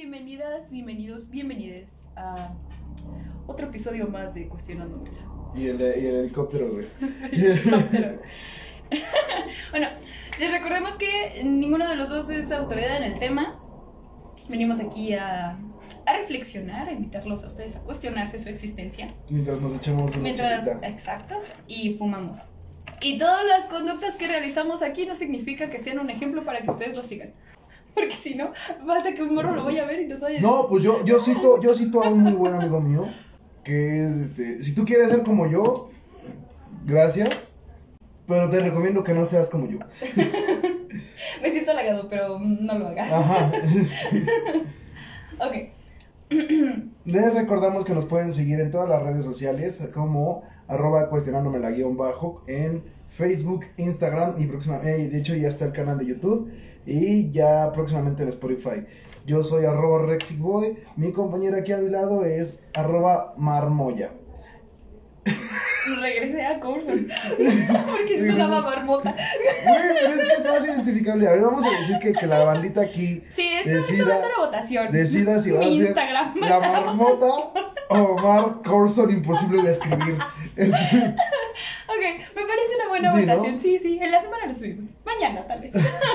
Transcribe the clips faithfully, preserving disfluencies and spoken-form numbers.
bienvenidas, bienvenidos, bienvenides a otro episodio más de Cuestionándomela. Y el, de, y el helicóptero, güey. El helicóptero. Bueno, les recordemos que ninguno de los dos es autoridad en el tema. Venimos aquí a, a reflexionar, a invitarlos a ustedes a cuestionarse su existencia. Mientras nos echamos una Mientras, chelita. exacto, y fumamos. Y todas las conductas que realizamos aquí no significa que sean un ejemplo para que ustedes lo sigan. Porque si no, falta que un morro lo vaya a ver y nos vaya a... No, pues yo, yo cito, yo cito a un muy buen amigo mío, que es este, si tú quieres ser como yo, gracias, pero te recomiendo que no seas como yo. Me siento halagado, pero no lo hagas. Ajá. Ok. Les recordamos que nos pueden seguir en todas las redes sociales como arroba cuestionándomela guión bajo en Facebook, Instagram y próximamente, de hecho ya está el canal de YouTube y ya próximamente en Spotify. Yo soy arroba Rexicboy, mi compañera aquí a mi lado es arroba Marmoya. Regresé a Coulson porque es una marmota. Bueno, pero es que es más identificable. A ver, vamos a decir que, que la bandita aquí Sí, esto es una votación. decida si va Mi a ser Instagram. la marmota o Mark Coulson imposible de escribir. Este, Ok, me parece una buena Sí, ¿no? votación. Sí, sí, en la semana lo subimos. Mañana, tal vez.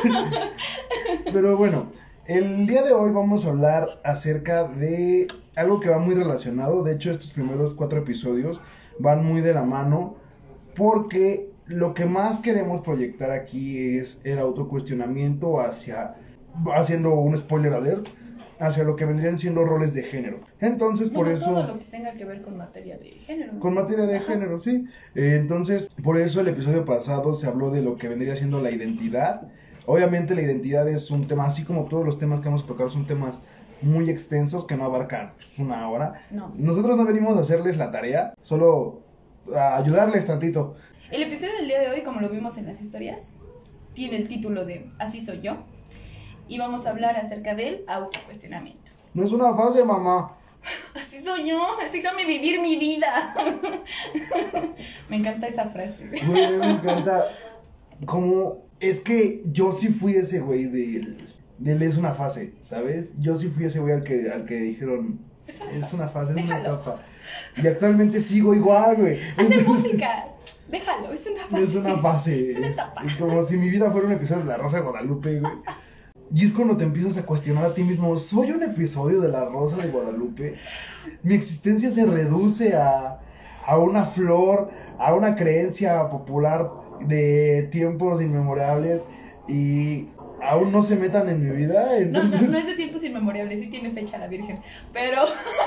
Pero bueno, el día de hoy vamos a hablar acerca de algo que va muy relacionado. De hecho, estos primeros cuatro episodios van muy de la mano, porque lo que más queremos proyectar aquí es el autocuestionamiento hacia, haciendo un spoiler alert, hacia lo que vendrían siendo roles de género. Entonces, por Bueno, eso... todo lo que tenga que ver con materia de género. Con materia de Ajá. género, sí. Eh, entonces, por eso el episodio pasado se habló de lo que vendría siendo la identidad. Obviamente la identidad es un tema, así como todos los temas que vamos a tocar, son temas muy extensos que no abarcan pues, una hora. No. Nosotros no venimos a hacerles la tarea, solo a ayudarles tantito. El episodio del día de hoy, como lo vimos en las historias, tiene el título de Así soy yo. Y vamos a hablar acerca del autocuestionamiento. No es una fase, mamá. Así soy yo, déjame vivir mi vida. Me encanta esa frase. Güey, me encanta. Como, es que yo sí fui ese güey del, del es una fase, ¿sabes? Yo sí fui ese güey al que, al que dijeron, Es una es una fase, es una Déjalo. etapa. Y actualmente sigo igual, güey. Hace música. Déjalo, es una fase. Es una fase. Es una Es, etapa. es como si mi vida fuera un episodio de La Rosa de Guadalupe, güey. Y es cuando te empiezas a cuestionar a ti mismo, ¿soy un episodio de La Rosa de Guadalupe? Mi existencia se reduce a, a una flor, a una creencia popular de tiempos inmemorables y aún no se metan en mi vida. No, Entonces... no, no es de tiempos inmemorables, sí tiene fecha la Virgen. Pero,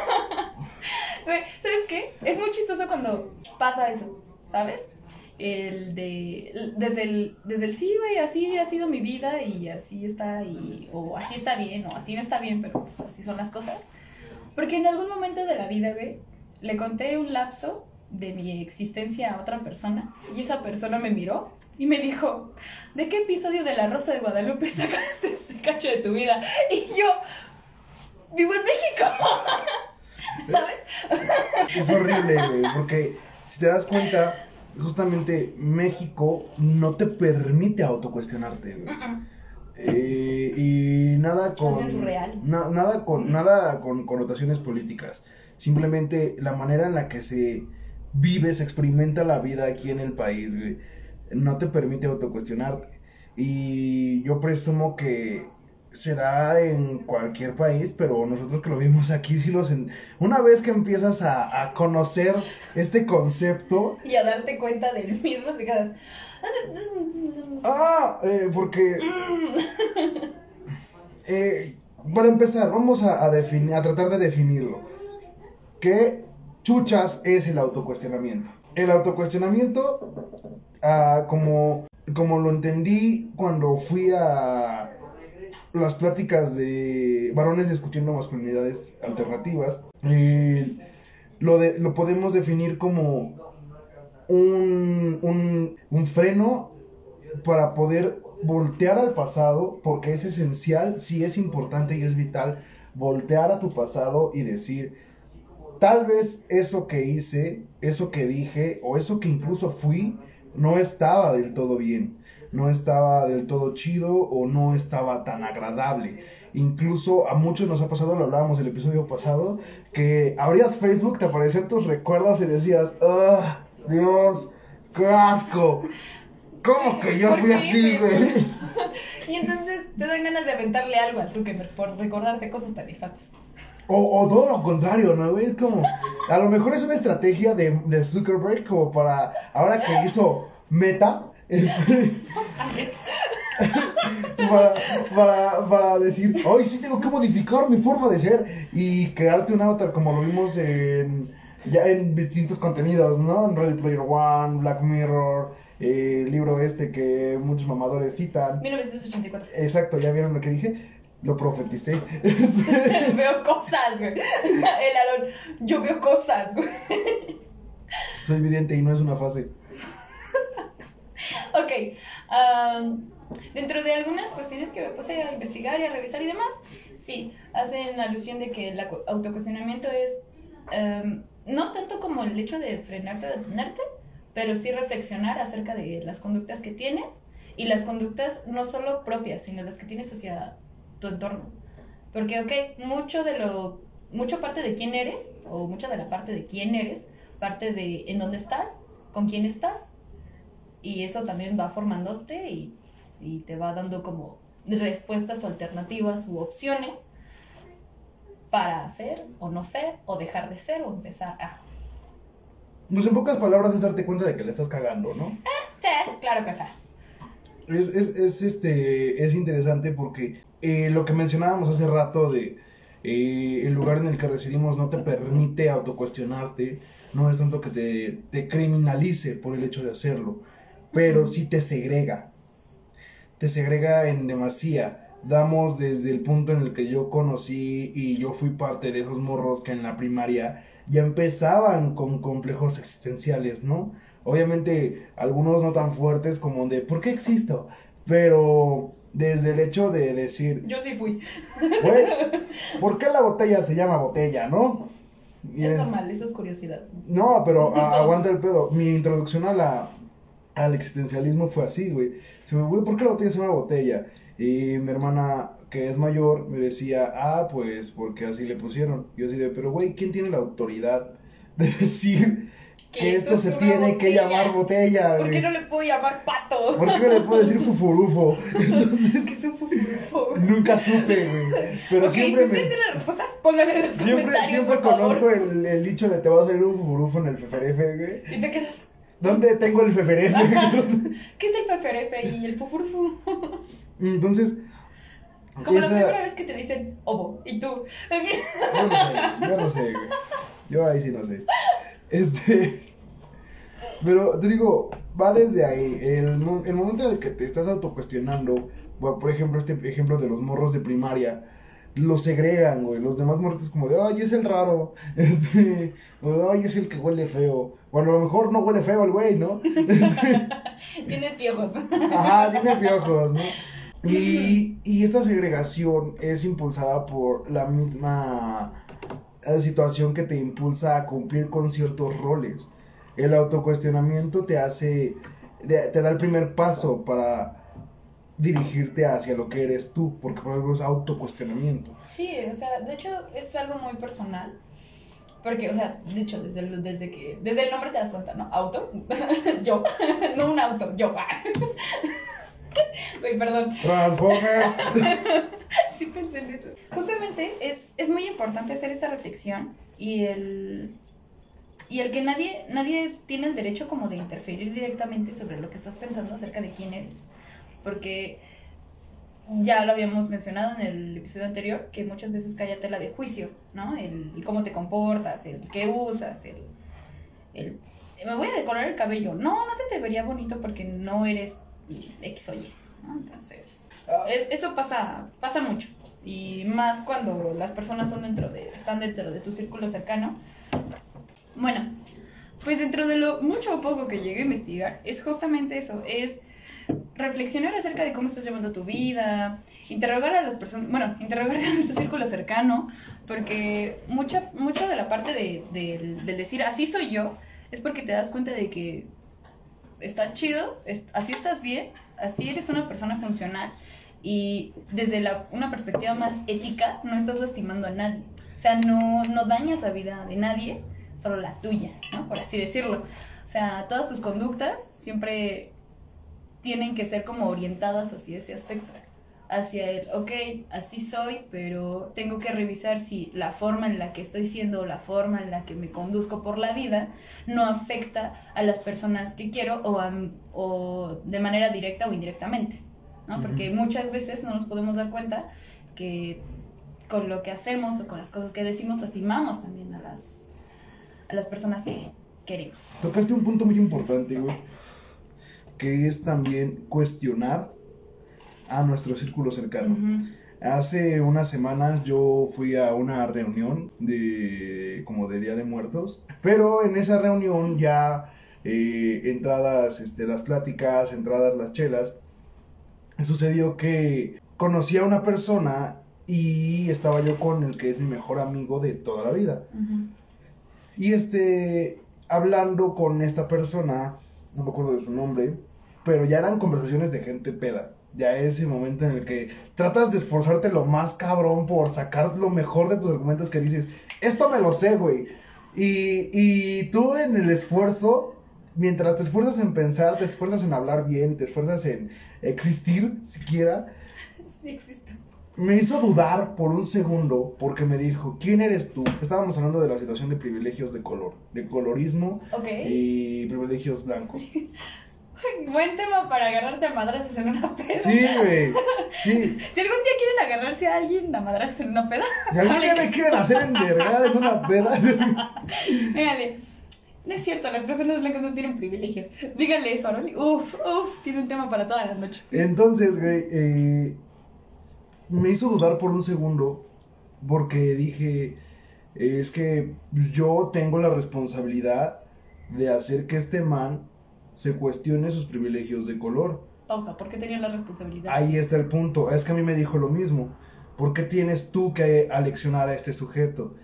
güey, ¿sabes qué? Es muy chistoso cuando pasa eso, ¿sabes? El de, desde el, desde el sí, güey, así ha sido mi vida y así está, y, o así está bien, o así no está bien, pero pues así son las cosas. Porque en algún momento de la vida, güey, le conté un lapso de mi existencia a otra persona y esa persona me miró y me dijo, ¿de qué episodio de La Rosa de Guadalupe sacaste este cacho de tu vida? Y yo, vivo en México, ¿sabes? Es horrible, güey, porque si te das cuenta, justamente México no te permite autocuestionarte, güey. Uh-uh. Eh, y nada con Es surreal. na- nada con nada con connotaciones políticas, simplemente la manera en la que se vive, se experimenta la vida aquí en el país, güey, no te permite autocuestionarte. Y yo presumo que se da en cualquier país, pero nosotros que lo vimos aquí, sí los en... una vez que empiezas a, a conocer este concepto, Y a darte cuenta del mismo, te quedas... ah, eh, porque eh, para empezar, vamos a, a, defini- a tratar de definirlo. ¿Qué chuchas es el autocuestionamiento? El autocuestionamiento, ah, como, como lo entendí cuando fui a las pláticas de varones discutiendo masculinidades alternativas, eh, lo, de, lo podemos definir como un, un, un freno para poder voltear al pasado, porque es esencial, sí es importante y es vital voltear a tu pasado y decir, tal vez eso que hice, eso que dije o eso que incluso fui no estaba del todo bien, no estaba del todo chido o no estaba tan agradable. incluso a muchos nos ha pasado, lo hablábamos el episodio pasado, que abrías Facebook, te aparecían tus recuerdos y decías, ¡ah, Dios, qué asco! ¿Cómo que yo fui así, güey? Y entonces te dan ganas de aventarle algo al Zuckerberg por recordarte cosas tan nefastas. O, o todo lo contrario, ¿no, güey? Es como, a lo mejor es una estrategia de, de Zuckerberg como para, ahora que hizo Meta, este, para, para, para decir, ay, sí tengo que modificar mi forma de ser y crearte un avatar como lo vimos en, ya en distintos contenidos, ¿no? En Ready Player One, Black Mirror, eh, el libro este que muchos mamadores citan. mil novecientos ochenta y cuatro. Exacto, ¿ya vieron lo que dije? Lo profeticé. Veo cosas, güey. El Aarón, yo veo cosas, güey. Soy vidente y no es una fase. Ok, um, dentro de algunas cuestiones que me puse a investigar y a revisar y demás, sí, hacen alusión de que el acu- autocuestionamiento es um, no tanto como el hecho de frenarte o detenerte, pero sí reflexionar acerca de las conductas que tienes y las conductas no solo propias, sino las que tienes hacia tu entorno. Porque, ok, mucho de lo, mucho parte de quién eres, o mucha de la parte de quién eres, parte de en dónde estás, con quién estás, y eso también va formándote y, y te va dando como respuestas o alternativas u opciones para hacer o no ser, o dejar de ser, o empezar a... Pues en pocas palabras es darte cuenta de que le estás cagando, ¿no? Eh, sí, claro que sí. Es, es, es, este, es interesante porque eh, lo que mencionábamos hace rato de eh, el lugar en el que residimos no te permite autocuestionarte, no es tanto que te, te criminalice por el hecho de hacerlo, pero sí te segrega, te segrega en demasía. Damos desde el punto en el que yo conocí y yo fui parte de esos morros que en la primaria ya empezaban con complejos existenciales, ¿no? Obviamente algunos no tan fuertes como de ¿por qué existo? Pero desde el hecho de decir, yo sí fui. güey, ¿por qué la botella se llama botella, no? Y Es es, normal, eso es curiosidad. no, pero a, aguanta el pedo. Mi introducción a la al existencialismo fue así, güey. Güey, ¿por qué la botella se llama botella? Y mi hermana, que es mayor, me decía, ah, pues porque así le pusieron. Yo así de, pero güey, ¿quién tiene la autoridad de decir que esto se tiene que llamar botella, ¿Por güey? qué no le puedo llamar pato? ¿Por qué no le puedo decir fufurufo? Entonces, ¿Qué es un fufurufo? nunca supe, güey. Pero Ok, siempre si me... usted tiene la respuesta, póngale en los Siempre, comentarios, siempre por favor. conozco el, el dicho de te va a salir un fufurufo en el feferefe, güey. Y te quedas... ¿Dónde tengo el feferefe? ¿Qué es el feferefe y el fufurufo? Entonces... Como esa... la primera vez que te dicen obo, y tú... Yo no sé, yo no sé, güey. Yo ahí sí no sé. Este... Pero te digo, va desde ahí. El, mo- el momento en el que te estás autocuestionando, bueno, por ejemplo, este ejemplo de los morros de primaria, los segregan, güey. Los demás morritos como de, ay, es el raro. Este, o, ay, es el que huele feo. Bueno, a lo mejor no huele feo el güey, ¿no? Este, Tiene piojos. ajá, tiene piojos, ¿no? Y, y esta segregación es impulsada por la misma eh, situación que te impulsa a cumplir con ciertos roles. El autocuestionamiento te hace, te, te da el primer paso para dirigirte hacia lo que eres tú, porque por ejemplo es autocuestionamiento. Sí, o sea, de hecho es algo muy personal. Porque, o sea, de hecho, desde el, desde que, desde el nombre te das cuenta, ¿no? Auto, yo, no un auto, yo. Güey, perdón. Transformers. Sí pensé en eso. Justamente es, es muy importante hacer esta reflexión y el, y el que nadie, nadie es- tiene el derecho como de interferir directamente sobre lo que estás pensando acerca de quién eres. Porque ya lo habíamos mencionado en el episodio anterior, que muchas veces cae a tela de juicio, ¿no? El, el cómo te comportas, el qué usas, el, el... Me voy a decorar el cabello. No, no se te vería bonito porque no eres X o Y, ¿no? Entonces, es, eso pasa, pasa mucho. Y más cuando las personas son dentro de, están dentro de tu círculo cercano. Bueno, pues dentro de lo mucho o poco que llegué a investigar, es justamente eso, es reflexionar acerca de cómo estás llevando tu vida, interrogar a las personas, bueno, interrogar a tu círculo cercano, porque mucha, mucha de la parte de, de, del decir así soy yo, es porque te das cuenta de que está chido, es, así estás bien, así eres una persona funcional, Y desde la, una perspectiva más ética, no estás lastimando a nadie. O sea, no, no dañas la vida de nadie, solo la tuya, ¿no? Por así decirlo. O sea, todas tus conductas siempre tienen que ser como orientadas hacia ese aspecto. Hacia el, ok, así soy, pero tengo que revisar si la forma en la que estoy siendo o la forma en la que me conduzco por la vida no afecta a las personas que quiero o, a, o de manera directa o indirectamente, ¿no? Porque uh-huh. muchas veces no nos podemos dar cuenta que con lo que hacemos o con las cosas que decimos lastimamos también a las, a las personas que queremos. Tocaste un punto muy importante, güey, que es también cuestionar a nuestro círculo cercano. Uh-huh. Hace unas semanas yo fui a una reunión de como de Día de Muertos, pero en esa reunión ya eh, entradas este, las pláticas, entradas las chelas, sucedió que conocí a una persona y estaba yo con el que es mi mejor amigo de toda la vida. Uh-huh. Y este, hablando con esta persona, no me acuerdo de su nombre, pero ya eran conversaciones de gente peda. Ya ese momento en el que tratas de esforzarte lo más cabrón por sacar lo mejor de tus argumentos, que dices, esto me lo sé, güey. Y, y tú en el esfuerzo, mientras te esfuerzas en pensar, te esfuerzas en hablar bien, te esfuerzas en existir siquiera. Sí, existo. Me hizo dudar por un segundo porque me dijo, ¿quién eres tú? Estábamos hablando de la situación de privilegios de color, de colorismo, okay, y privilegios blancos. Buen tema para agarrarte a madrazos en una peda. Sí, güey. Sí. Si algún día quieren agarrarse a alguien a madrazos en una peda. Si algún día me quieren hacer envergar en una peda. Dígale. No es cierto, las personas blancas no tienen privilegios. Díganle eso, ¿no? Uf, uf, tiene un tema para toda la noche. Entonces, güey, eh, me hizo dudar por un segundo. Porque dije, eh, es que yo tengo la responsabilidad de hacer que este man se cuestione sus privilegios de color. Pausa, ¿por qué tenía la responsabilidad? Ahí está el punto, es que a mí me dijo lo mismo. ¿Por qué tienes tú que aleccionar a este sujeto?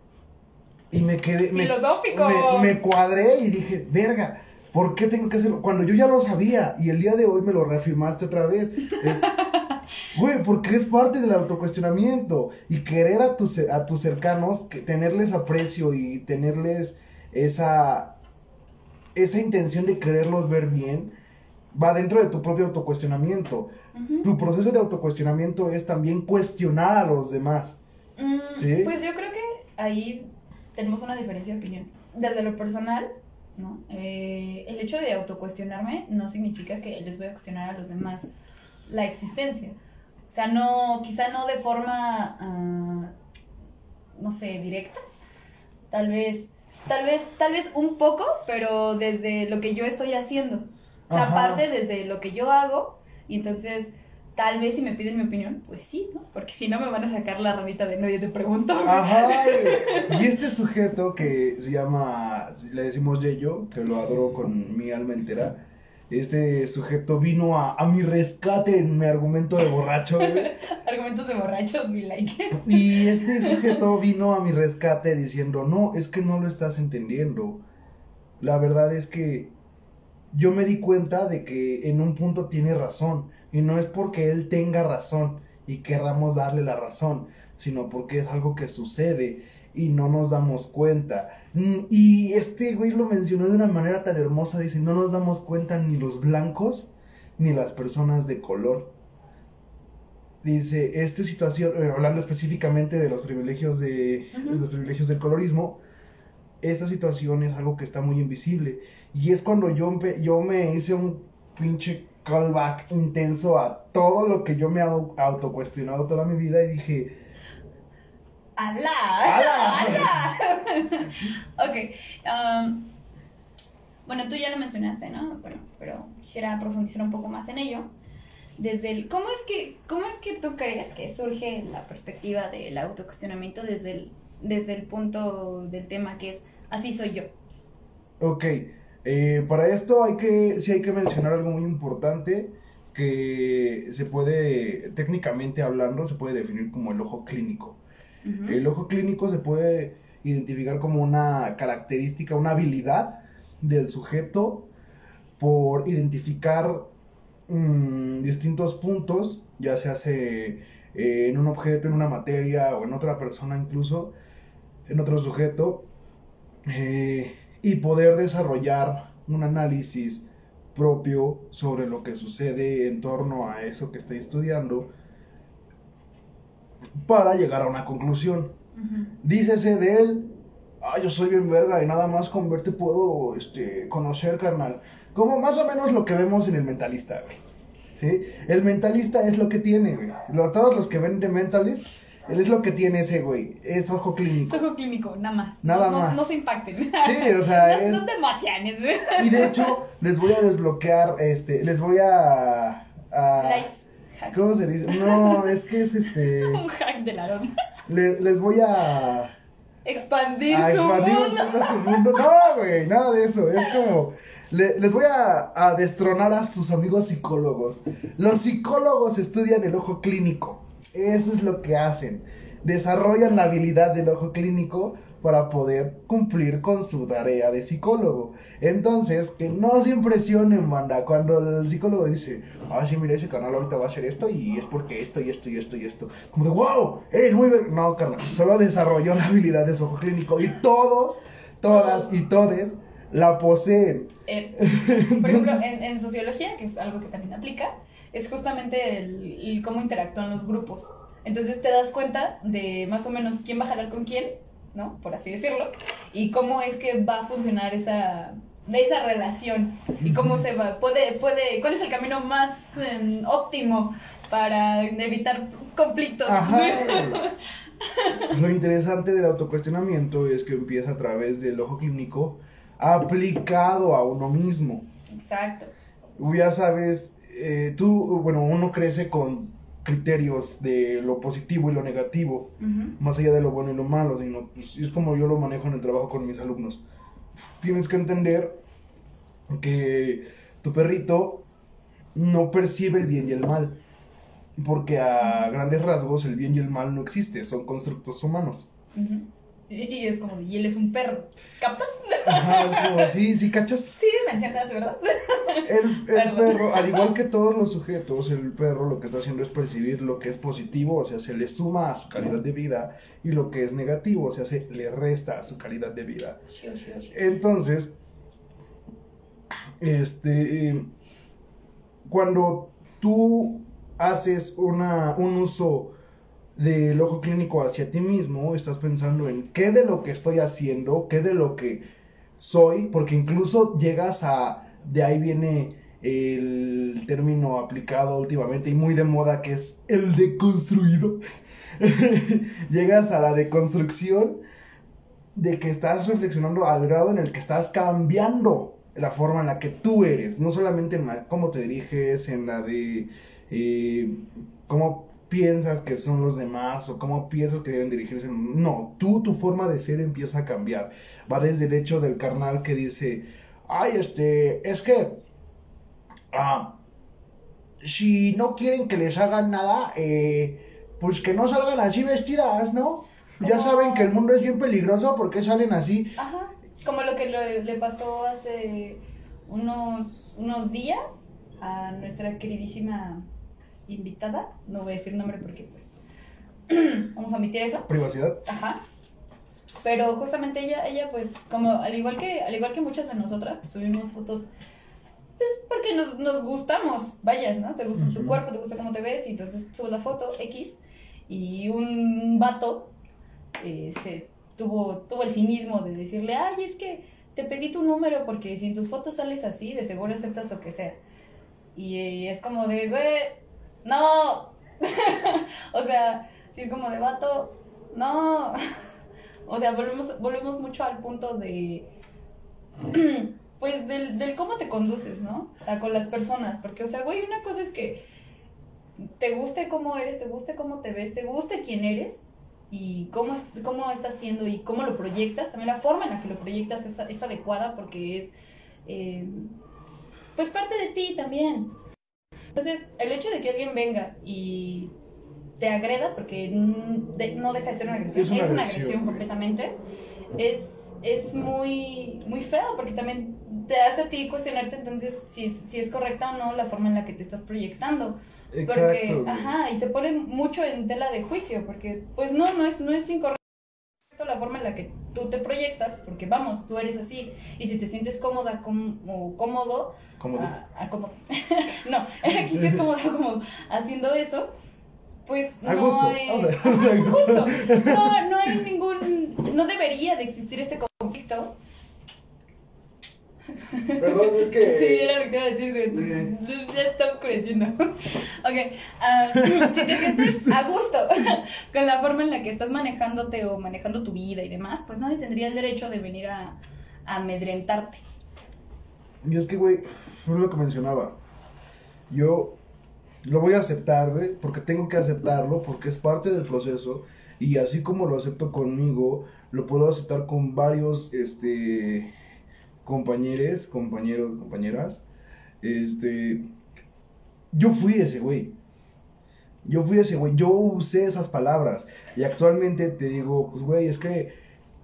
Y me quedé... ¡Filosófico! Me, me, me cuadré y dije, verga, ¿por qué tengo que hacerlo? Cuando yo ya lo sabía y el día de hoy me lo reafirmaste otra vez. Es, güey, porque es parte del autocuestionamiento y querer a tus, a tus cercanos, que tenerles aprecio y tenerles esa... esa intención de quererlos ver bien, va dentro de tu propio autocuestionamiento. Uh-huh. Tu proceso de autocuestionamiento es también cuestionar a los demás. Mm, ¿sí? Pues yo creo que ahí tenemos una diferencia de opinión. Desde lo personal, ¿no? Eh, el hecho de autocuestionarme no significa que les voy a cuestionar a los demás la existencia. O sea, no, quizá no de forma, uh, no sé, directa. Tal vez... Tal vez, tal vez un poco, pero desde lo que yo estoy haciendo. O sea, Ajá. aparte desde lo que yo hago. Y entonces, tal vez si me piden mi opinión, pues sí, ¿no? Porque si no me van a sacar la ranita de nadie te pregunto. Ajá. Y este sujeto que se llama, le decimos Yeyo, que lo adoro con mi alma entera. Este sujeto vino a, a mi rescate en mi argumento de borracho, güey. Argumentos de borrachos, we like it. Y este sujeto vino a mi rescate diciendo, no, es que no lo estás entendiendo. La verdad es que yo me di cuenta de que en un punto tiene razón. Y no es porque él tenga razón y querramos darle la razón, sino porque es algo que sucede y no nos damos cuenta. Y este güey lo mencionó de una manera tan hermosa, dice, no nos damos cuenta ni los blancos ni las personas de color. Dice, esta situación, hablando específicamente de los privilegios de, uh-huh. de los privilegios del colorismo, esta situación es algo que está muy invisible. Y es cuando yo, yo me hice un pinche callback intenso a todo lo que yo me he autocuestionado toda mi vida y dije... ¡Alá! ¡Alá! ¡Alá! Ok. Um, bueno, tú ya lo mencionaste, ¿no? Bueno, pero quisiera profundizar un poco más en ello. Desde el, ¿cómo es que, cómo es que tú crees que surge la perspectiva del autocuestionamiento desde el, desde el punto del tema que es así soy yo? Ok. Eh, para esto hay que, sí hay que mencionar algo muy importante que se puede, técnicamente hablando, se puede definir como el ojo clínico. Uh-huh. El ojo clínico se puede identificar como una característica, una habilidad del sujeto por identificar mmm, distintos puntos, ya se hace eh, en un objeto, en una materia o en otra persona incluso, en otro sujeto, eh, y poder desarrollar un análisis propio sobre lo que sucede en torno a eso que está estudiando para llegar a una conclusión. Uh-huh. Dícese de él, ah, yo soy bien verga y nada más con verte puedo este, conocer, carnal. Como más o menos lo que vemos en El Mentalista, güey. ¿Sí? El Mentalista es lo que tiene, güey. Lo, todos los que ven The Mentalist, él es lo que tiene ese güey, es ojo clínico. Es ojo clínico, nada más. Nada no, más. No, no se impacten. Sí, o sea, no, es... no te emociones. Y de hecho, les voy a desbloquear, este, les voy a... a... Hack. ¿Cómo se dice? No, es que es este... Un hack del Aarón. Les, les voy a... Expandir, a su, expandir mundo. su mundo. No, güey, nada de eso. Es como... Le, les voy a, a destronar a sus amigos psicólogos. Los psicólogos estudian el ojo clínico. Eso es lo que hacen. Desarrollan la habilidad del ojo clínico para poder cumplir con su tarea de psicólogo. Entonces, que no se impresionen, banda, cuando el psicólogo dice, ah, sí, mira, ese canal ahorita va a hacer esto y es porque esto y esto y esto y esto. Como de, wow, eres muy... Ver-". No, carnal, solo desarrolló la habilidad de su ojo clínico y todos, todas y todes la poseen. Eh, por ejemplo, en, en sociología, que es algo que también aplica, es justamente el, el cómo interactúan los grupos. Entonces te das cuenta de más o menos quién va a jalar con quién, ¿no? Por así decirlo, y cómo es que va a funcionar esa, esa relación y cómo se va, puede, puede, cuál es el camino más eh, óptimo para evitar conflictos. Ajá. Lo interesante del autocuestionamiento es que empieza a través del ojo clínico aplicado a uno mismo. Exacto. Ya sabes, eh, tú, bueno, uno crece con criterios de lo positivo y lo negativo, uh-huh. más allá de lo bueno y lo malo, sino, pues, es como yo lo manejo en el trabajo con mis alumnos. Tienes que entender que tu perrito no percibe el bien y el mal, porque a grandes rasgos el bien y el mal no existe, son constructos humanos. Uh-huh. Y es como, y él es un perro, ¿captas? Ajá, es como, sí, sí, ¿cachas? Sí, mencionas, ¿verdad? El, el perro, al igual que todos los sujetos, el perro lo que está haciendo es percibir lo que es positivo, o sea, se le suma a su calidad de vida, y lo que es negativo, o sea, se le resta a su calidad de vida. Entonces, este, cuando tú haces una, un uso del ojo clínico hacia ti mismo, estás pensando en qué de lo que estoy haciendo, qué de lo que soy, porque incluso llegas a, de ahí viene el término aplicado últimamente y muy de moda, que es el deconstruido. Llegas a la deconstrucción de que estás reflexionando al grado en el que estás cambiando la forma en la que tú eres, no solamente en la, cómo te diriges, en la de eh, cómo piensas que son los demás o cómo piensas que deben dirigirse. No, tú, tu forma de ser empieza a cambiar. Va desde el hecho del carnal que dice, ay, este, es que ah, si no quieren que les hagan nada, eh, pues que no salgan así vestidas, ¿no? Como... Ya saben que el mundo es bien peligroso, ¿por qué salen así? Ajá, como lo que le, le pasó hace unos, unos días a nuestra queridísima invitada, no voy a decir nombre porque pues vamos a omitir eso. Privacidad. Ajá. Pero justamente ella, ella pues, como al igual que, al igual que muchas de nosotras, pues subimos fotos, pues porque nos, nos gustamos, vaya, ¿no? Te gusta uh-huh. tu cuerpo, te gusta cómo te ves, y entonces subes la foto X, y un vato eh, se tuvo, tuvo el cinismo de decirle, ay, es que te pedí tu número porque si en tus fotos sales así, de seguro aceptas lo que sea. Y eh, es como de, güey, no, o sea, si es como de vato, no, o sea, volvemos, volvemos mucho al punto de, pues, del, del cómo te conduces, ¿no? O sea, con las personas, porque, o sea, güey, una cosa es que te guste cómo eres, te guste cómo te ves, te guste quién eres y cómo, cómo estás siendo y cómo lo proyectas, también la forma en la que lo proyectas es, es adecuada porque es, eh, pues, parte de ti también. Entonces, el hecho de que alguien venga y te agreda, porque no deja de ser una agresión, es una, es una agresión, agresión completamente, es, es muy, muy feo, porque también te hace a ti cuestionarte entonces si, si es correcta o no la forma en la que te estás proyectando. Exacto. Porque, ajá, y se pone mucho en tela de juicio, porque pues no, no es, no es incorrecto la forma en la que tú te proyectas, porque vamos, tú eres así, y si te sientes cómoda com o cómodo, ¿Cómodo? ah, ah, cómodo. No, aquí sí es cómodo, cómodo, haciendo eso, pues A no gusto. hay, O sea, ajá, justo, no, no hay ningún, no debería de existir este conflicto. Perdón, es que... Sí, era lo que te iba a decir, de, Sí. ya está oscureciendo. Ok, uh, si te sientes a gusto con la forma en la que estás manejándote o manejando tu vida y demás, pues nadie tendría el derecho de venir a, a amedrentarte. Y es que, güey, es lo que mencionaba. Yo lo voy a aceptar, güey, porque tengo que aceptarlo, porque es parte del proceso. Y así como lo acepto conmigo, lo puedo aceptar con varios, este, compañeros, compañeros, compañeras. Este, yo fui ese güey. Yo fui ese güey. Yo usé esas palabras. Y actualmente te digo, pues, güey, es que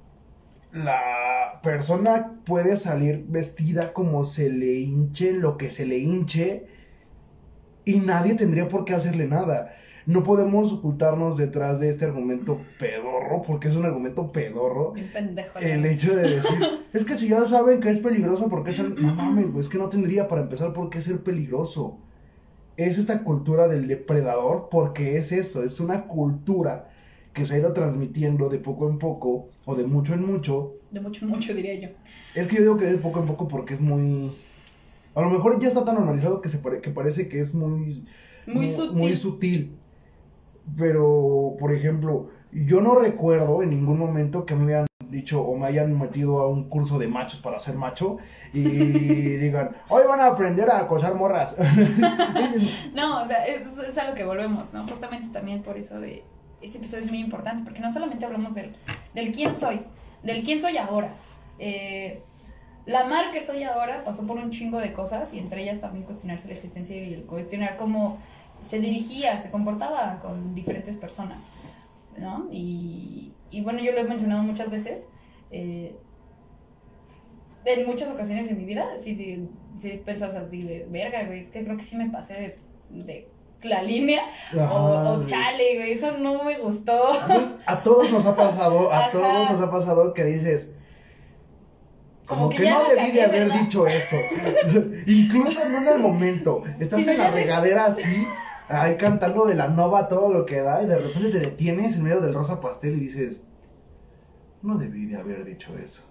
la persona puede salir vestida como se le hinche, lo que se le hinche, y nadie tendría por qué hacerle nada. No podemos ocultarnos detrás de este argumento pedorro, porque es un argumento pedorro. Bien pendejo. El hecho de decir, es que si ya saben que es peligroso, ¿por qué ser? No mames, güey, es que no tendría para empezar por qué ser peligroso. Es esta cultura del depredador, porque es eso, es una cultura que se ha ido transmitiendo de poco en poco, o de mucho en mucho. De mucho en mucho, diría yo. Es que yo digo que de poco en poco porque es muy... A lo mejor ya está tan normalizado que, se pare... que parece que es muy... Muy, muy sutil. Muy sutil. Pero, por ejemplo, yo no recuerdo en ningún momento que me hayan dicho o me hayan metido a un curso de machos para ser macho y digan, hoy van a aprender a acosar morras. No, o sea, es, es a lo que volvemos, ¿no? Justamente también por eso de este episodio es muy importante, porque no solamente hablamos del, del quién soy, del quién soy ahora. Eh, la Mar que soy ahora pasó por un chingo de cosas, y entre ellas también cuestionarse la existencia y el cuestionar cómo se dirigía, se comportaba con diferentes personas, ¿no? Y, y bueno, yo lo he mencionado muchas veces, eh, en muchas ocasiones de mi vida, si, de, si pensas así de, verga, güey, es que creo que sí me pasé de, de la línea, Ajá, o, o güey. chale, güey, eso no me gustó. A todos nos ha pasado, a Ajá. todos nos ha pasado que dices, como, Como que, que ya no la debí cagué, de haber ¿verdad? dicho eso. Incluso no en el momento. Estás Sí, en no, la ya des- regadera así, ahí cantando de la nova todo lo que da, y de repente te detienes en medio del rosa pastel y dices, no debí de haber dicho eso.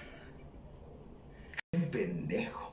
Qué pendejo.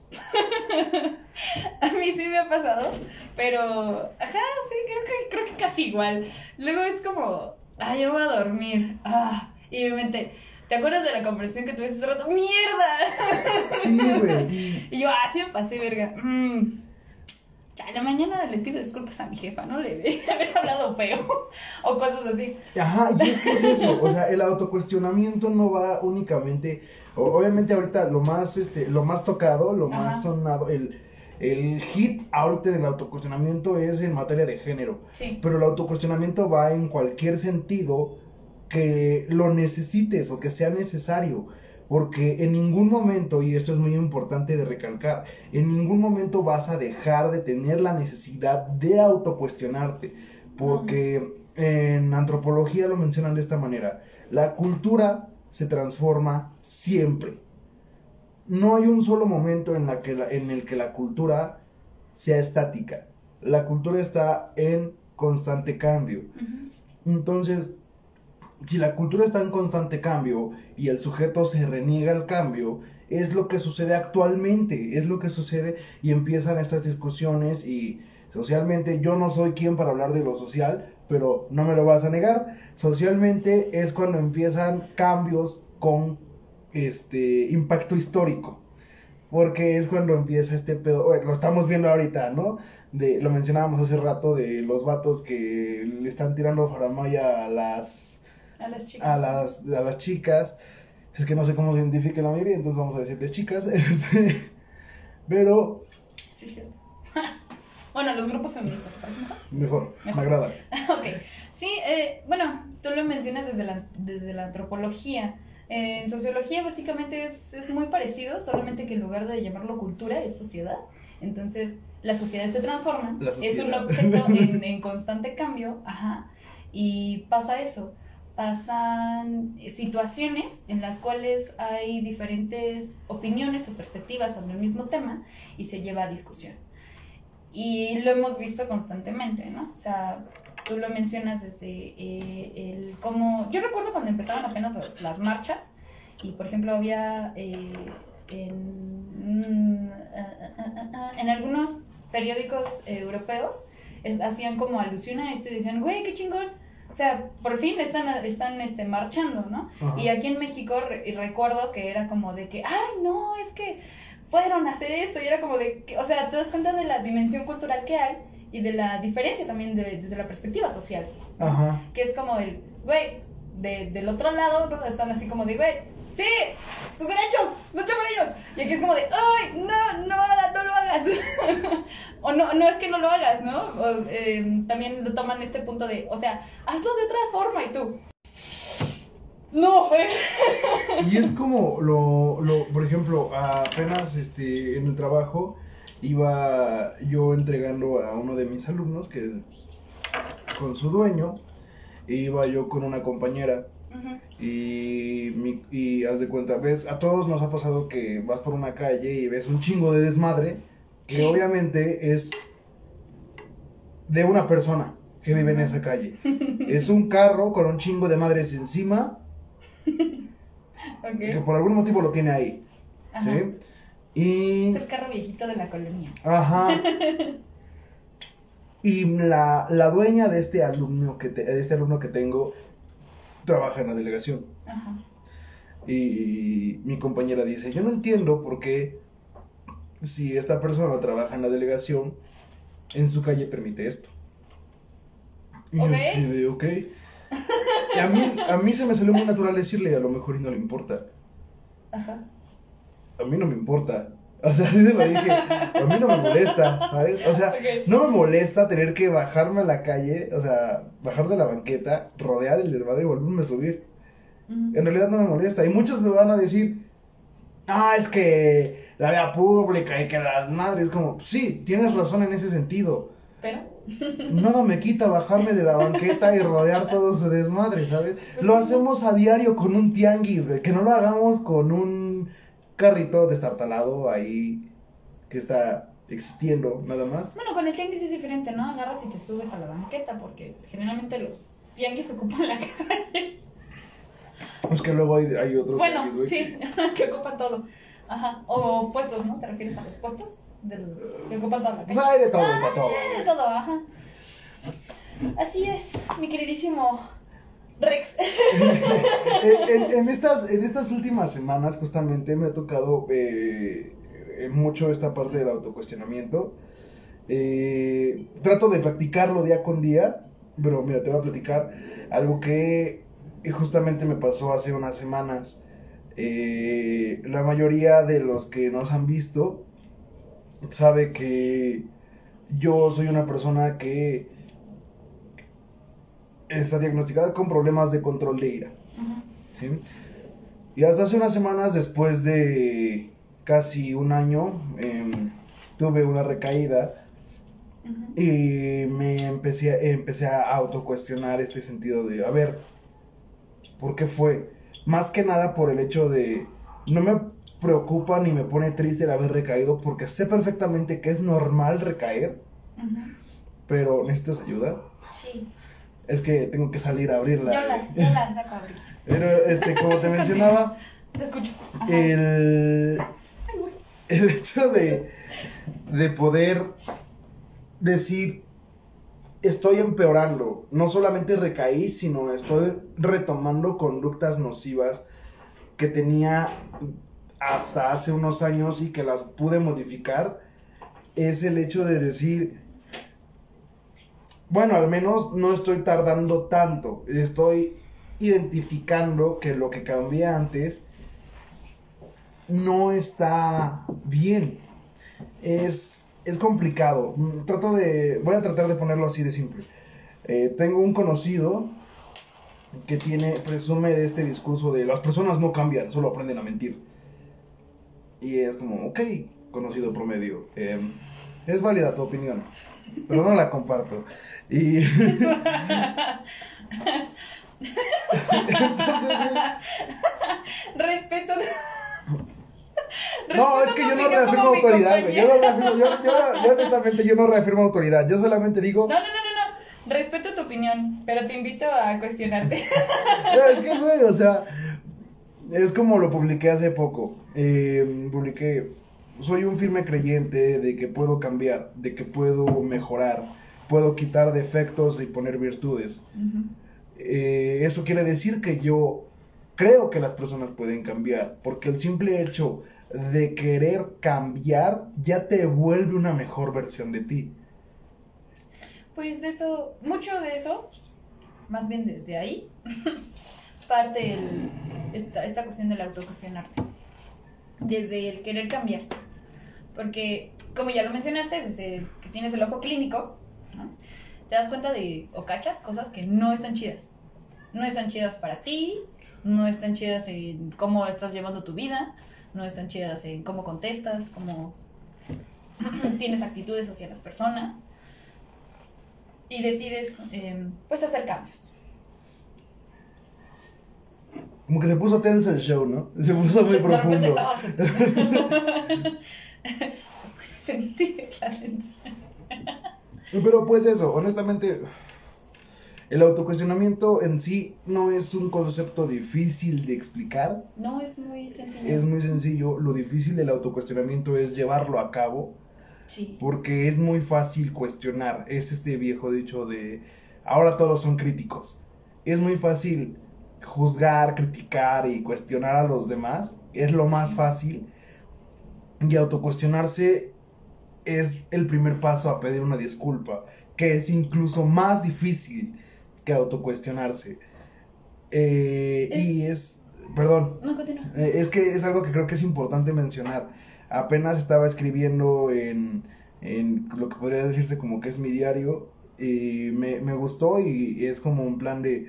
A mí sí me ha pasado, pero, ajá, sí, creo que, creo que casi igual. Luego es como, ah, yo voy a dormir, ah, y mi mente, ¿te acuerdas de la conversación que tuviste hace rato? ¡Mierda! Sí, güey. Y, Y yo, ah, sí me pasé, verga. Mm. Ya, en la mañana le pido disculpas a mi jefa, ¿no? Le debí haber hablado feo, o cosas así. ajá, y es que es eso, o sea, el autocuestionamiento no va únicamente, o- obviamente ahorita lo más, este, lo más tocado, lo más Ajá. sonado, el, el hit ahorita del autocuestionamiento es en materia de género, Sí. pero el autocuestionamiento va en cualquier sentido que lo necesites o que sea necesario, porque en ningún momento, y esto es muy importante de recalcar, en ningún momento vas a dejar de tener la necesidad de autocuestionarte, porque en antropología lo mencionan de esta manera, la cultura se transforma siempre. No hay un solo momento en, la que la, en el que la cultura sea estática. La cultura está en constante cambio. Ujú. Entonces, si la cultura está en constante cambio y el sujeto se reniega al cambio, es lo que sucede actualmente, es lo que sucede y empiezan estas discusiones y socialmente yo no soy quien para hablar de lo social, pero no me lo vas a negar, socialmente es cuando empiezan cambios con este impacto histórico. Porque es cuando empieza este pedo, bueno, lo estamos viendo ahorita, ¿no? De, lo mencionábamos hace rato de los vatos que le están tirando faramaya a las A las chicas. a las, a las chicas. Es que no sé cómo se identifica la mayoría, entonces vamos a decirles chicas. Este, pero Sí, cierto. Bueno, los grupos feministas, ¿te parece mejor? mejor, Mejor. me agrada. Ok, sí, eh, bueno, tú lo mencionas desde la, desde la antropología, En sociología básicamente es, es muy parecido, solamente que en lugar de llamarlo cultura es sociedad. Entonces las sociedades se transforman, es un objeto en, en constante cambio, ajá, y pasa eso. Pasan situaciones en las cuales hay diferentes opiniones o perspectivas sobre el mismo tema y se lleva a discusión. Y lo hemos visto constantemente, ¿no? O sea, tú lo mencionas desde eh, el cómo... Yo recuerdo cuando empezaban apenas las marchas y, por ejemplo, había eh, en, en algunos periódicos eh, europeos es, hacían como alusión a esto y decían, güey, qué chingón. O sea, por fin están, están este, marchando, ¿no? Ajá. Y aquí en México re- recuerdo que era como de que, ay, no, es que fueron a hacer esto. Y era como de que, o sea, te das cuenta de la dimensión cultural que hay y de la diferencia también de, desde la perspectiva social, ¿no? Ajá. Que es como el, güey, de, del otro lado, ¿no? Están así como de, güey, sí, tus derechos, lucha por ellos. Y aquí es como de, ay, no, no, no lo hagas. O no, no es que no lo hagas, ¿no? O, eh, también lo toman este punto de, o sea, hazlo de otra forma y tú, no, eh. Y es como lo, lo, por ejemplo, apenas este, en el trabajo iba yo entregando a uno de mis alumnos que con su dueño, iba yo con una compañera. Uh-huh. Y, mi, y haz de cuenta, ves, a todos nos ha pasado que vas por una calle y ves un chingo de desmadre, que sí, obviamente es de una persona que vive en esa calle. Es un carro con un chingo de madres encima, okay, que por algún motivo lo tiene ahí. Ajá. ¿Sí? Y... es el carro viejito de la colonia. Ajá. Y la, la dueña de este alumno que te, de este alumno que tengo trabaja en la delegación. Ajá. Y, y mi compañera dice, yo no entiendo por qué si esta persona trabaja en la delegación, en su calle permite esto. Y okay, yo así de, ok. Y a mí, a mí se me salió muy natural decirle, a lo mejor y no le importa. Ajá. A mí no me importa. O sea, así se lo dije, a mí no me molesta, ¿sabes? O sea, okay, no me molesta tener que bajarme a la calle, o sea, bajar de la banqueta, rodear el desmadre y volverme a subir. Uh-huh. En realidad no me molesta. Y muchos me van a decir, ah, es que la vía pública y que las madres, como, sí, tienes razón en ese sentido. Pero nada me quita bajarme de la banqueta y rodear todo su desmadre, ¿sabes? Pues lo hacemos a diario con un tianguis, güey, que no lo hagamos con un carrito destartalado ahí que está existiendo, nada más. Bueno, con el tianguis es diferente, ¿no? Agarras y te subes a la banqueta, porque generalmente los tianguis ocupan la calle. Es que luego hay, hay otros bueno, tianguis, güey, sí, que... que ocupan todo. Ajá, o puestos, ¿no? ¿Te refieres a los puestos? Del... que ocupan toda la calle. Pues hay de todo, ah, para todo. Hay de todo, ajá. Así es, mi queridísimo Rex. en, en, en, estas, en estas últimas semanas justamente me ha tocado eh, mucho esta parte del autocuestionamiento. Eh, trato de practicarlo día con día, pero mira, te voy a platicar algo que justamente me pasó hace unas semanas. Eh, la mayoría de los que nos han visto sabe que yo soy una persona que está diagnosticada con problemas de control de ira. Uh-huh. ¿Sí? Y hasta hace unas semanas, después de casi un año, eh, tuve una recaída. Uh-huh. Y me empecé a, empecé a autocuestionar este sentido de, a ver, ¿por qué fue? Más que nada por el hecho de, no me preocupa ni me pone triste el haber recaído, porque sé perfectamente que es normal recaer. Uh-huh. Pero, ¿necesitas ayuda? Sí. Es que tengo que salir a abrirla. Yo las, yo las saco a abrir. Pero, este, como te mencionaba, te escucho. Ajá. El, el hecho de, de poder decir, estoy empeorando, no solamente recaí, sino estoy retomando conductas nocivas que tenía hasta hace unos años y que las pude modificar, es el hecho de decir, bueno, al menos no estoy tardando tanto, estoy identificando que lo que cambié antes no está bien. Es, es complicado. Trato de, voy a tratar de ponerlo así de simple. Eh, tengo un conocido que tiene, presume de este discurso de las personas no cambian, solo aprenden a mentir. Y es como, ok, conocido promedio, eh, es válida tu opinión, pero no la comparto. Y entonces, respeto. no, es que yo no reafirmo autoridad, güey. Yo no reafirmo, yo, yo, yo honestamente yo no reafirmo autoridad. Yo solamente digo. No, no, no, no, no. Respeto tu opinión, pero te invito a cuestionarte. No, es que, güey, o sea, es como lo publiqué hace poco. Eh, publiqué, soy un firme creyente de que puedo cambiar, de que puedo mejorar, puedo quitar defectos y poner virtudes. Uh-huh. Eh, eso quiere decir que yo creo que las personas pueden cambiar, porque el simple hecho de querer cambiar ya te vuelve una mejor versión de ti. Pues de eso, mucho de eso, más bien desde ahí, parte el, esta, esta cuestión del autocuestionarte, desde el querer cambiar, porque como ya lo mencionaste, desde que tienes el ojo clínico, ¿no? Te das cuenta de, o cachas, cosas que no están chidas, no están chidas para ti, no están chidas en cómo estás llevando tu vida, no están chidas en cómo contestas, cómo tienes actitudes hacia las personas, y decides, eh, pues, hacer cambios. Como que se puso tenso el show, ¿no? Se puso muy se, profundo. De repente, oh, se, se puede sentir la tensión. Pero pues eso, honestamente, el autocuestionamiento en sí no es un concepto difícil de explicar. No, es muy sencillo. Es muy sencillo. Lo difícil del autocuestionamiento es llevarlo a cabo. Sí. Porque es muy fácil cuestionar. Es este viejo dicho de ahora todos son críticos. Es muy fácil juzgar, criticar y cuestionar a los demás. Es lo más sí. fácil. Y autocuestionarse es el primer paso a pedir una disculpa, que es incluso más difícil que autocuestionarse. Eh, es... Y es... Perdón. No, continúa. Eh, es que es algo que creo que es importante mencionar. Apenas estaba escribiendo en, en lo que podría decirse como que es mi diario, y me, me gustó, y es como un plan de...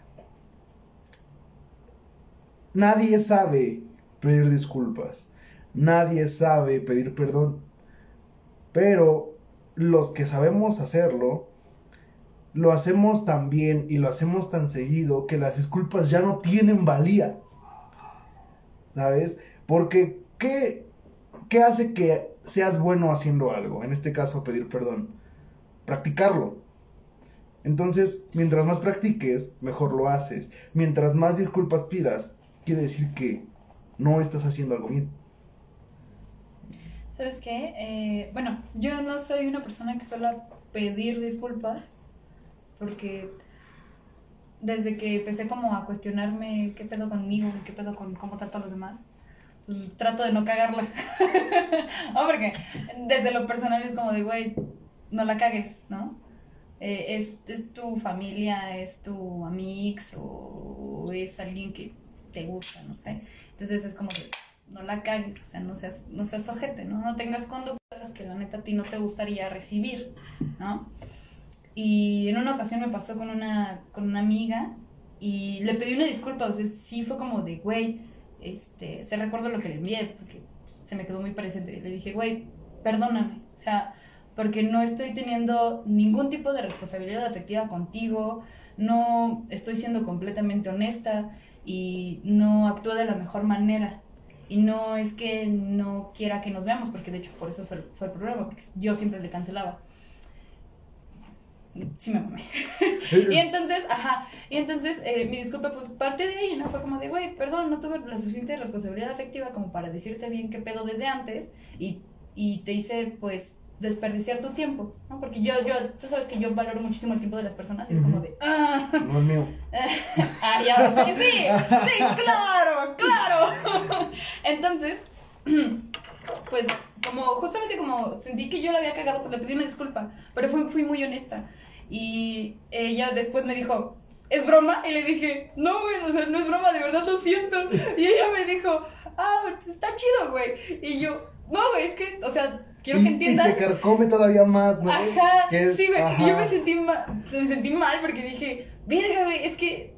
Nadie sabe pedir disculpas, nadie sabe pedir perdón, pero los que sabemos hacerlo, lo hacemos tan bien y lo hacemos tan seguido que las disculpas ya no tienen valía, ¿sabes? Porque, ¿qué, qué hace que seas bueno haciendo algo? En este caso, pedir perdón. Practicarlo. Entonces, mientras más practiques, mejor lo haces. Mientras más disculpas pidas, quiere decir que no estás haciendo algo bien. ¿Sabes qué? Eh, bueno, yo no soy una persona que suele pedir disculpas, porque desde que empecé como a cuestionarme qué pedo conmigo, qué pedo con cómo trato a los demás, trato de no cagarla. No, porque desde lo personal es como de, güey, no la cagues, ¿no? Eh, es, es tu familia, es tu amix, o es alguien que te gusta, no sé. Entonces es como de, no la cagues, o sea, no seas, no seas ojete, ¿no? No tengas conductas que la neta a ti no te gustaría recibir, ¿no? Y en una ocasión me pasó con una, con una amiga y le pedí una disculpa, o sea, sí fue como de, güey, este, se recuerdo lo que le envié, porque se me quedó muy presente. Le dije, güey, perdóname, o sea, porque no estoy teniendo ningún tipo de responsabilidad afectiva contigo, no estoy siendo completamente honesta y no actúo de la mejor manera. Y no es que no quiera que nos veamos, porque de hecho por eso fue, fue el problema, porque yo siempre le cancelaba. Sí me mamé. Y entonces, ajá, y entonces eh, mi disculpa pues partió de ahí, ¿no? Fue como de, güey, perdón, no tuve la suficiente responsabilidad afectiva como para decirte bien qué pedo desde antes, y, y te hice pues desperdiciar tu tiempo, ¿no? Porque yo, yo, tú sabes que yo valoro muchísimo el tiempo de las personas, y es como de, ah, no es mío. Ah, ya, sí, sí, sí, claro, claro. Entonces, pues, como, justamente como sentí que yo la había cagado, pues le pedí una disculpa, pero fui, fui muy honesta. Y ella después me dijo, ¿es broma? Y le dije, no, güey, o sea, no es broma, de verdad lo siento. Y ella me dijo, ah, está chido, güey. Y yo, no, güey, es que, o sea, quiero y, que entiendas. Y te carcome todavía más, ¿no? Ajá, es, sí, güey, ajá. y yo me sentí, ma- me sentí mal porque dije, verga, güey, es que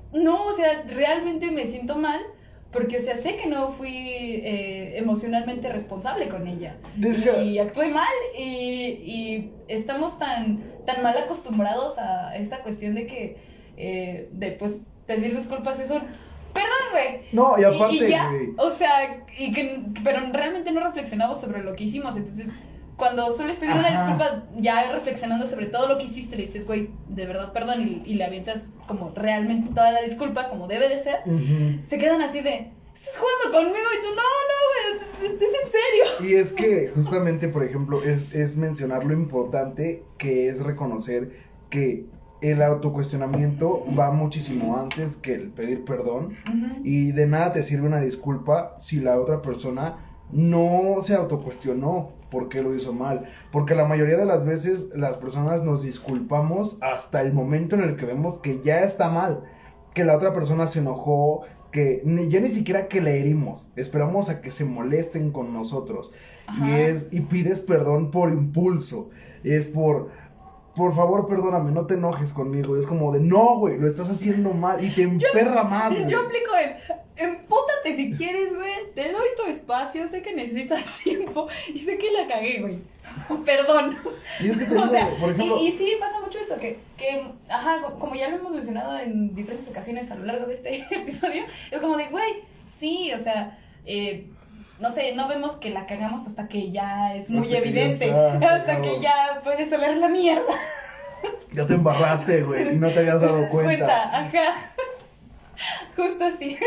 no, o sea, realmente me siento mal porque, o sea, sé que no fui eh, emocionalmente responsable con ella. Deja... Y actué mal y, y estamos tan, tan mal acostumbrados a esta cuestión de que, eh, de pues, pedir disculpas es un, perdón, güey. No, y aparte, y, y ya, güey. o sea, y que, pero realmente no reflexionamos sobre lo que hicimos, entonces... Cuando sueles pedir Ajá. una disculpa, ya reflexionando sobre todo lo que hiciste, le dices, güey, de verdad, perdón, y, y le avientas como realmente toda la disculpa, como debe de ser, uh-huh. se quedan así de, estás jugando conmigo, y tú, no, no, güey, es, es, es en serio. Y es que, justamente, por ejemplo, es, es mencionar lo importante que es reconocer que el autocuestionamiento va muchísimo antes que el pedir perdón, uh-huh. y de nada te sirve una disculpa si la otra persona no se autocuestionó por qué lo hizo mal, porque la mayoría de las veces las personas nos disculpamos hasta el momento en el que vemos que ya está mal, que la otra persona se enojó, que ni, ya ni siquiera que le herimos, esperamos a que se molesten con nosotros. Ajá. y es y pides perdón por impulso, es por por favor, perdóname, no te enojes conmigo. Es como de, no, güey, lo estás haciendo mal y te emperra yo, más, güey. Yo aplico el, empútate si quieres, güey, te doy tu espacio, sé que necesitas tiempo y sé que la cagué, güey. Perdón. Y es que te digo, o sea, por ejemplo... Y, y sí, pasa mucho esto, que, que, ajá, como ya lo hemos mencionado en diferentes ocasiones a lo largo de este episodio, es como de, güey, sí, o sea, eh... no sé, no vemos que la cagamos hasta que ya es muy hasta evidente, que está, hasta que ya puedes oler la mierda. Ya te embarraste, güey, y no te habías dado cuenta. cuenta. Ajá. Justo así.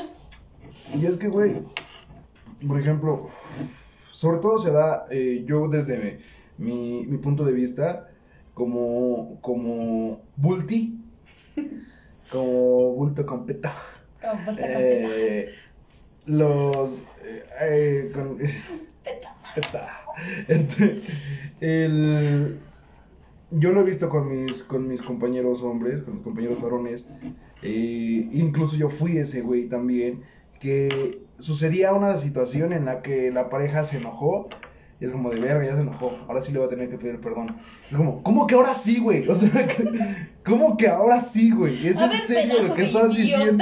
Y es que, güey, por ejemplo, sobre todo se da, eh, yo desde mi, mi punto de vista, como, como bulti, como bulto con peta. Como bulto con eh, peta. Los eh, eh, con, Peta. Peta. Este, el yo lo he visto con mis con mis compañeros hombres, con mis compañeros varones, eh, incluso yo fui ese güey también, que sucedía una situación en la que la pareja se enojó y es como de verga, ya se enojó, ahora sí le voy a tener que pedir perdón. Es como, ¿cómo que ahora sí, güey? O sea, ¿cómo que ahora sí, güey? ¿Es a en ver, serio lo que estás idiota. diciendo?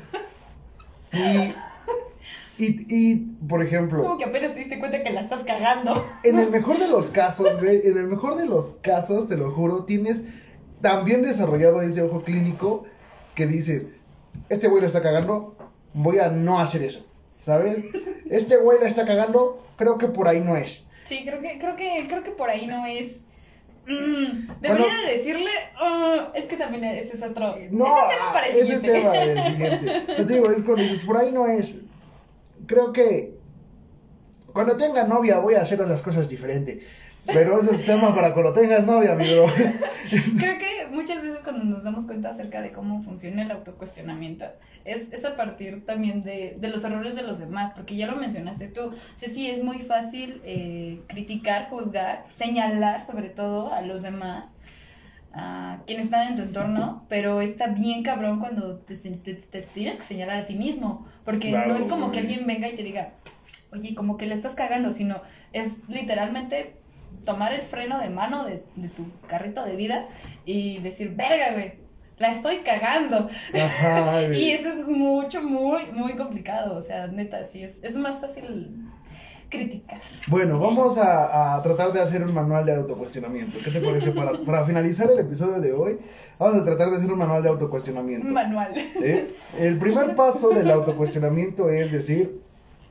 Y Y, y, por ejemplo... Como que apenas te diste cuenta que la estás cagando. En el mejor de los casos, güey, en el mejor de los casos, te lo juro, tienes tan bien desarrollado ese ojo clínico que dices, este güey la está cagando, voy a no hacer eso, ¿sabes? Este güey la está cagando, creo que por ahí no es. Sí, creo que, creo que, creo que por ahí no es... Mm, debería bueno, de decirle, uh, es que también ese es otro... No, ese tema para el ese siguiente. tema del siguiente. Te digo, es cuando dices, por ahí no es... Creo que cuando tenga novia voy a hacer las cosas diferente. Pero eso es tema para cuando tengas novia, amigo. Creo que muchas veces cuando nos damos cuenta acerca de cómo funciona el autocuestionamiento, es, es a partir también de, de los errores de los demás, porque ya lo mencionaste tú. Ceci, es muy fácil eh, criticar, juzgar, señalar sobre todo a los demás, a quienes están en tu entorno, pero está bien cabrón cuando te, te, te tienes que señalar a ti mismo, porque claro, no es como que alguien venga y te diga, oye, como que le estás cagando, sino es literalmente tomar el freno de mano de, de tu carrito de vida y decir, verga, güey, la estoy cagando. Ajá, y eso es mucho, muy, muy complicado, o sea, neta, sí, es, es más fácil criticar. Bueno, vamos a, a tratar de hacer un manual de autocuestionamiento. ¿Qué te parece? Para, para finalizar el episodio de hoy, vamos a tratar de hacer un manual de autocuestionamiento. Un manual. ¿Sí? El primer paso del autocuestionamiento es decir,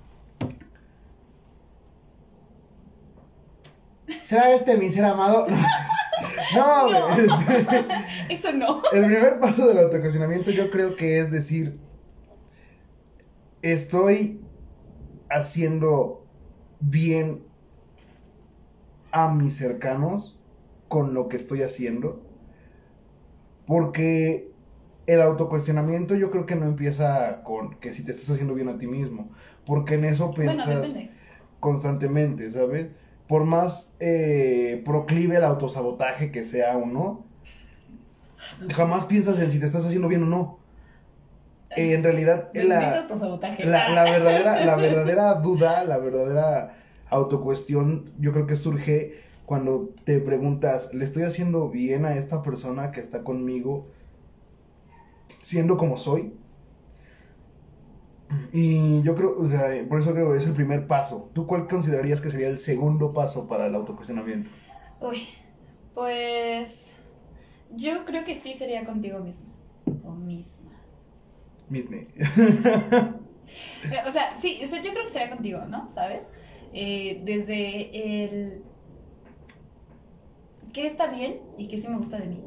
¿será este mi ser amado? No, no. Este, eso no. El primer paso del autocuestionamiento yo creo que es decir, estoy haciendo bien a mis cercanos con lo que estoy haciendo, porque el autocuestionamiento yo creo que no empieza con que si te estás haciendo bien a ti mismo, porque en eso piensas bueno, constantemente, ¿sabes? Por más eh, proclive el autosabotaje que sea uno, jamás piensas en si te estás haciendo bien o no. Eh, en realidad la, la, la verdadera la verdadera duda, la verdadera autocuestión, yo creo que surge cuando te preguntas, ¿le estoy haciendo bien a esta persona que está conmigo? siendo como soy. Y yo creo, o sea, por eso creo que es el primer paso. ¿Tú cuál considerarías que sería el segundo paso para el autocuestionamiento? Uy, pues yo creo que sí sería contigo mismo o misma. Misme. O sea, sí, o sea, yo creo que sería contigo, ¿no? ¿Sabes? Eh, desde el qué está bien y qué sí me gusta de mí.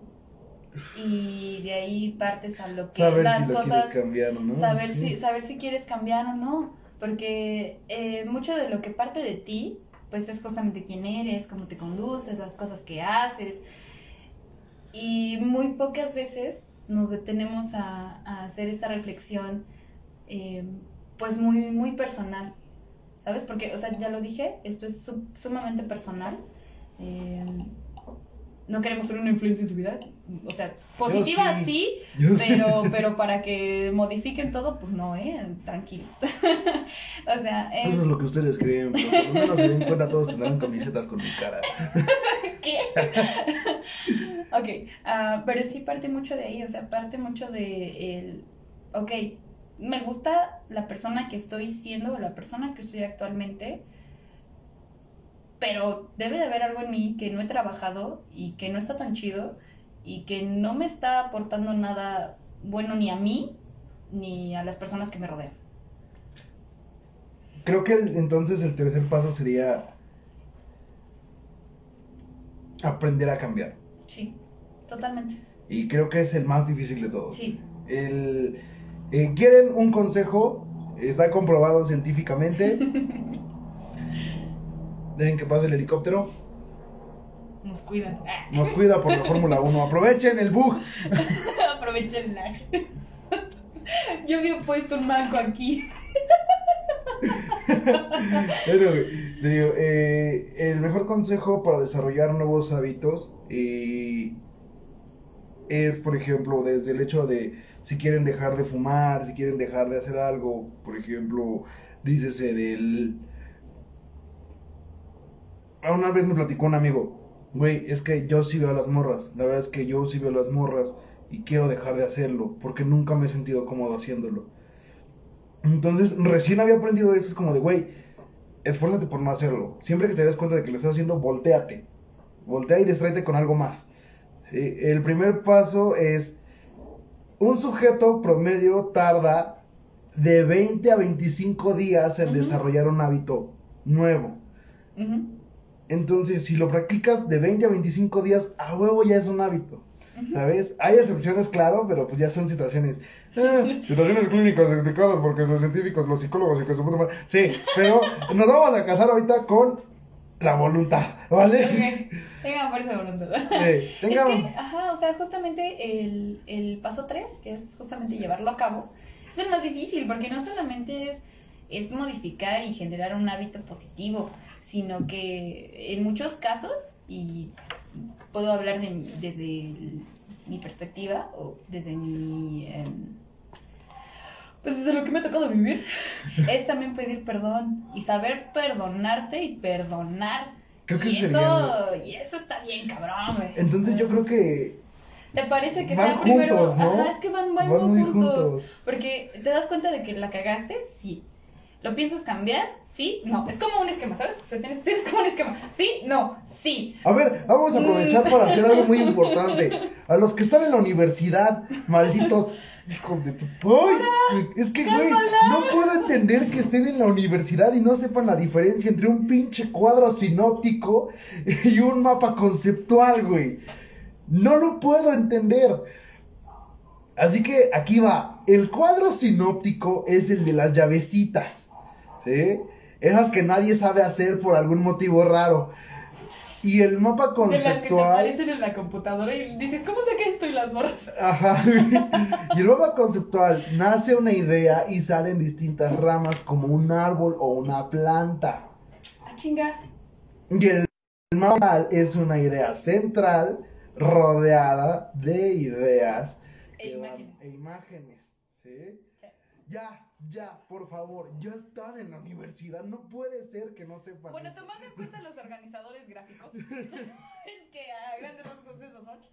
Y de ahí partes a lo que Saber las si lo cosas, quieres cambiar o no. saber Sí. si saber si quieres cambiar o no, porque eh, mucho de lo que parte de ti, pues es justamente quién eres, cómo te conduces, las cosas que haces, y muy pocas veces nos detenemos a, a hacer esta reflexión, eh, pues muy muy personal, ¿sabes? Porque, o sea, ya lo dije, esto es sum- sumamente personal. Eh, no queremos ser una influencia en su vida. O sea, positiva sí. sí, Yo sí. pero, pero para que modifiquen todo, pues no, ¿eh? Tranquilos. O sea, es... Eso es lo que ustedes creen, pero cuando menos se den cuenta todos tendrán camisetas con mi cara. ¿Qué? Ok, ah, pero sí parte mucho de ahí, o sea, parte mucho de el... Ok, me gusta la persona que estoy siendo o la persona que soy actualmente, pero debe de haber algo en mí que no he trabajado y que no está tan chido y que no me está aportando nada bueno ni a mí ni a las personas que me rodean. Creo que el- entonces el tercer paso sería aprender a cambiar. Sí, totalmente. Y creo que es el más difícil de todos. Sí. El, eh, ¿quieren un consejo? Está comprobado científicamente. Dejen que pase el helicóptero. Nos cuidan. Nos cuida por la Fórmula uno. Aprovechen el bug. Aprovechen la... Yo había puesto un manco aquí. Bueno, güey, te digo, eh, el mejor consejo para desarrollar nuevos hábitos eh, es, por ejemplo, desde el hecho de si quieren dejar de fumar, si quieren dejar de hacer algo, por ejemplo, dícese del... Una vez me platicó un amigo, güey, es que yo sí veo a las morras, la verdad es que yo sí veo a las morras y quiero dejar de hacerlo, porque nunca me he sentido cómodo haciéndolo. Entonces, recién había aprendido eso, es como de, güey, esfuérzate por no hacerlo. Siempre que te des cuenta de que lo estás haciendo, volteate. Voltea y distráete con algo más. Eh, el primer paso es, un sujeto promedio tarda de veinte a veinticinco días en Ujú. desarrollar un hábito nuevo. Uh-huh. Entonces, si lo practicas de veinte a veinticinco días, a huevo ya es un hábito. Uh-huh. ¿Sabes? Hay excepciones, claro, pero pues ya son situaciones. Eh, situaciones clínicas explicadas porque los científicos, los psicólogos y que se pueden... Sí, pero nos vamos a casar ahorita con la voluntad, ¿vale? Okay. Tengan fuerza de voluntad. Sí, tengan... Es que, ajá, o sea, justamente el, el paso tres, que es justamente llevarlo a cabo, es el más difícil, porque no solamente es, es modificar y generar un hábito positivo, sino que en muchos casos, y puedo hablar de, desde el, mi perspectiva o desde mi... Eh, pues desde lo que me ha tocado vivir, es también pedir perdón y saber perdonarte y perdonar. Creo que y sería eso el- y eso está bien cabrón, güey. Entonces yo creo que ¿Te parece que van sea primero? juntos, ¿no? Ajá, es que van, van, Van muy muy juntos. juntos. Porque te das cuenta de que la cagaste, sí. ¿Lo piensas cambiar? Sí, no. Es como un esquema, ¿sabes? O sea, tienes, tienes como un esquema. Sí, no, sí. A ver, vamos a aprovechar para hacer algo muy importante. A los que están en la universidad, malditos hijos de tu... ¡Ay! Es que, güey, no puedo entender que estén en la universidad y no sepan la diferencia entre un pinche cuadro sinóptico y un mapa conceptual, güey. No lo puedo entender. Así que aquí va. El cuadro sinóptico es el de las llavecitas, ¿sí? Esas que nadie sabe hacer por algún motivo raro. Y el mapa De las que te conceptual... aparecen en la computadora y dices, ¿cómo saqué esto y las borras? Ajá. Y el mapa conceptual nace una idea y salen distintas ramas como un árbol o una planta. Ah, chinga. Y el mapa es una idea central rodeada de ideas E que van- imágenes. e imágenes, ¿sí? Sí. Ya, ya, por favor, ya están en la universidad, no puede ser que no sepan Bueno, eso. tomando en cuenta los organizadores gráficos, es que a grandes rasgos esos son.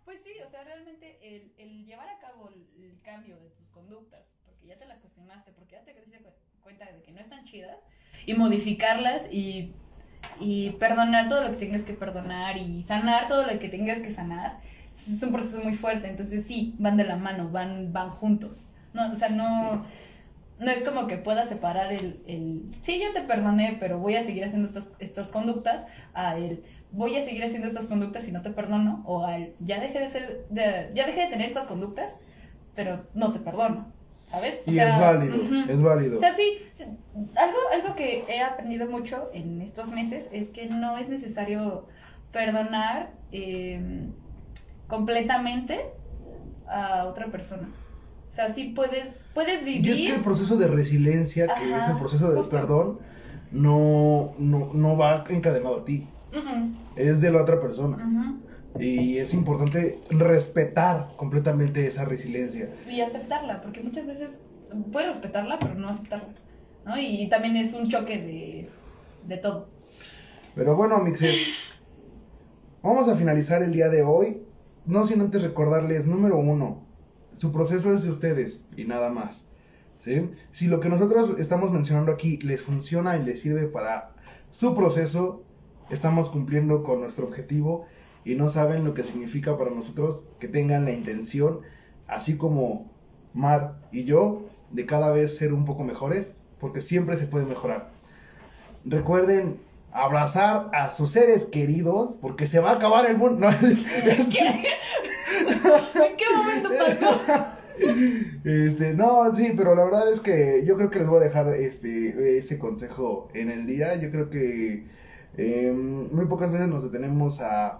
Pues sí, o sea, realmente el, el llevar a cabo el, el cambio de tus conductas, porque ya te las cuestionaste, porque ya te diste cu- cuenta de que no están chidas, y modificarlas y, y perdonar todo lo que tengas que perdonar y sanar todo lo que tengas que sanar, es un proceso muy fuerte. Entonces sí, van de la mano, van, van juntos. No, o sea, no, no es como que puedas separar el, el sí, yo te perdoné, pero voy a seguir haciendo estas, estas conductas, a el voy a seguir haciendo estas conductas y no te perdono, o al ya dejé de ser, de, ya dejé de tener estas conductas, pero no te perdono, ¿sabes? O Y sea, es válido, uh-huh. es válido. O sea, sí, sí, algo, algo que he aprendido mucho en estos meses es que no es necesario perdonar eh, completamente a otra persona. O sea, sí puedes, puedes vivir. Y es que el proceso de resiliencia, que Ajá, es el proceso de justo. perdón, no, no, no va encadenado a ti. Uh-uh. Es de la otra persona. Uh-huh. Y es importante respetar completamente esa resiliencia. Y aceptarla, porque muchas veces puedes respetarla, pero no aceptarla, ¿no? Y también es un choque de, de todo. Pero bueno, mixes, vamos a finalizar el día de hoy. No sin antes recordarles, número uno, su proceso es de ustedes y nada más. ¿Sí? Si lo que nosotros estamos mencionando aquí les funciona y les sirve para su proceso, estamos cumpliendo con nuestro objetivo. Y no saben lo que significa para nosotros que tengan la intención, así como Mar y yo, de cada vez ser un poco mejores, porque siempre se puede mejorar. Recuerden abrazar a sus seres queridos, porque se va a acabar el mundo. No, ¿Qué? ¿En qué momento pasó? Este, no, sí, pero la verdad es que yo creo que les voy a dejar este ese consejo en el día. Yo creo que eh, muy pocas veces nos detenemos a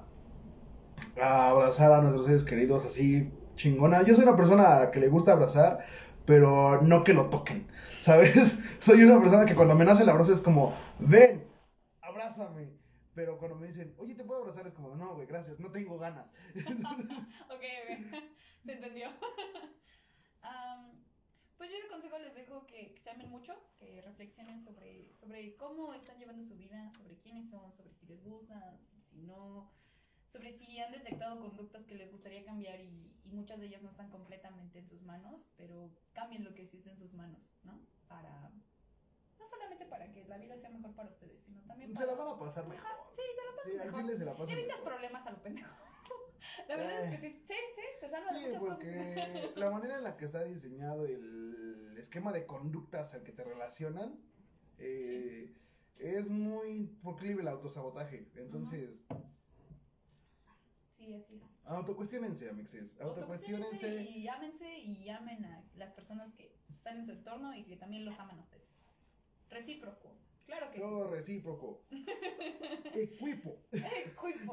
a abrazar a nuestros seres queridos así chingona. Yo soy una persona a la que le gusta abrazar, pero no que lo toquen, ¿sabes? Soy una persona que cuando me nace el abrazo es como, ven, abrázame. Pero cuando me dicen, oye, ¿te puedo abrazar? Es como, no, güey, gracias, no tengo ganas. Ok, ok, se entendió. um, pues yo de consejo les dejo que, que se amen mucho, que reflexionen sobre, sobre cómo están llevando su vida, sobre quiénes son, sobre si les gusta, si, si no, sobre si han detectado conductas que les gustaría cambiar y, y muchas de ellas no están completamente en sus manos, pero cambien lo que existe en sus manos, ¿no? Para, no solamente para que la vida sea mejor para ustedes, sino también para... Se la van a pasar mejor. Ajá, sí, se la pasan Sí, al mejor. chile se la pasan Evitas mejor. problemas a lo pendejo. La verdad Eh. es que sí, sí, sí, te salva de Sí, muchas porque cosas. la manera en la que está diseñado el esquema de conductas al que te relacionan eh, sí. es muy proclive al autosabotaje. Entonces, uh-huh. Sí, así es. Autocuestiónense, amixes. Autocuestiónense. Y ámense y amen a las personas que están en su entorno y que también los aman a ustedes. Recíproco. Claro que Todo sí. recíproco. Equipo. Equipo.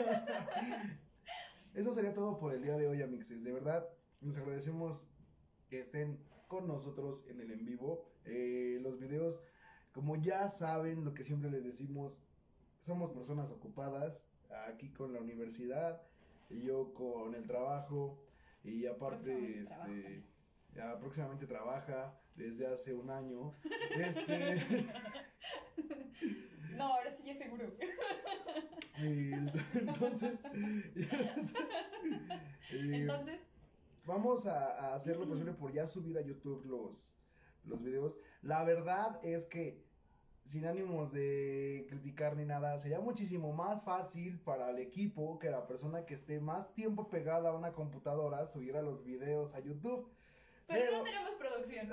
Eso sería todo por el día de hoy, amixes. De verdad, les agradecemos que estén con nosotros en el en vivo. Eh, los videos, como ya saben, lo que siempre les decimos, somos personas ocupadas, aquí con la universidad, y yo con el trabajo, y aparte, este, ya próximamente trabaja desde hace un año. Este. No, ahora sí es seguro. Y entonces. Entonces. Vamos a, a hacer lo posible por ya subir a YouTube los, los videos. La verdad es que, sin ánimos de criticar ni nada, sería muchísimo más fácil para el equipo que la persona que esté más tiempo pegada a una computadora subiera los videos a YouTube. Pero, Pero... no tenemos producción.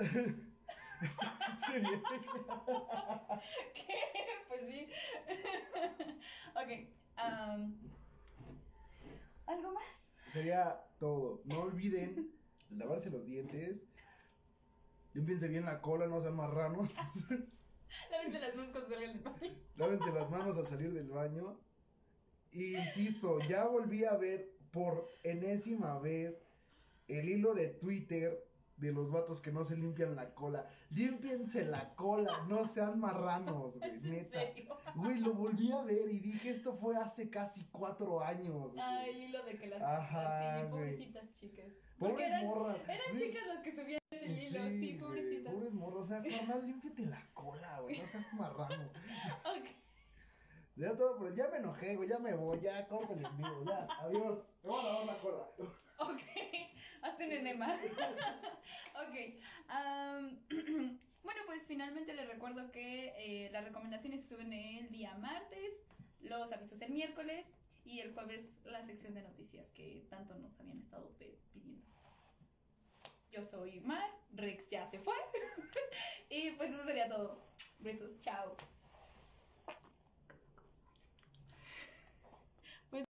¿Qué? Pues sí. Ok. Um, ¿Algo más? Sería todo. No olviden lavarse los dientes. Límpiense bien la cola, no sean marranos. Lávense las manos cuando salgan del baño. Lávense las manos al salir del baño. Y insisto, ya volví a ver por enésima vez el hilo de Twitter de los vatos que no se limpian la cola. Límpiense la cola, no sean marranos, güey, neta. Güey, lo volví a ver y dije, esto fue hace casi cuatro años, güey. Ay, hilo de que las... Ajá, sí, güey. Pobrecitas chicas. Pobres eran, morras. Eran güey. chicas las que subían el hilo, sí, sí pobrecitas. Pobres morras, o sea, carnal, límpiate la cola, güey, no seas marrano. Ok. Ya todo, pero ya me enojé, güey, ya me voy, ya córtale el vivo, ya, adiós. Me voy a lavar la cola. Ok, hazte un enema. Ok. Um, bueno, pues finalmente les recuerdo que eh, las recomendaciones se suben el día martes, los avisos el miércoles y el jueves la sección de noticias que tanto nos habían estado pidiendo. Yo soy Mar, Rex ya se fue. Y pues eso sería todo. Besos, chao.